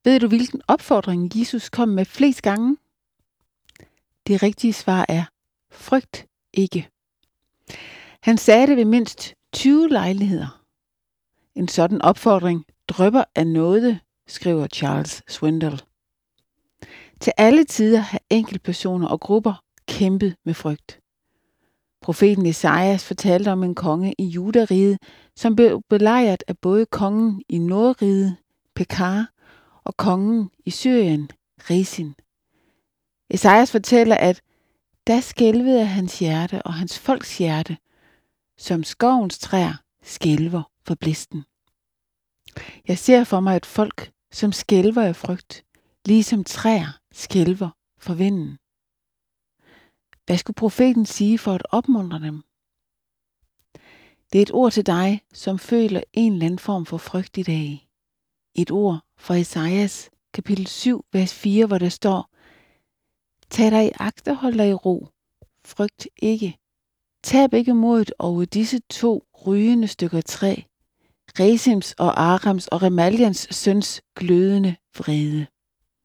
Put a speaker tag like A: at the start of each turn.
A: Ved du, hvilken opfordring Jesus kom med flest gange? Det rigtige svar er, frygt ikke. Han sagde det ved mindst 20 lejligheder. En sådan opfordring drypper af nåde, skriver Charles Swindoll. Til alle tider har enkeltpersoner og grupper kæmpet med frygt. Profeten Esajas fortalte om en konge i Judariget, som blev belejret af både kongen i Nordriget, Pekar, og kongen i Syrien, Rezin. Esajas fortæller, at da skælvede hans hjerte og hans folks hjerte, som skovens træer skælver for blisten. Jeg ser for mig et folk, som skælver af frygt, ligesom træer skælver for vinden. Hvad skulle profeten sige for at opmuntre dem? Det er et ord til dig, som føler en eller anden form for frygt i dag. Et ord fra Esajas kapitel 7, vers 4, hvor der står: Tag dig i agt og hold dig i ro. Frygt ikke. Tab ikke modet over disse 2 rygende stykker træ, Rezims og Arams og Remalians søns glødende vrede.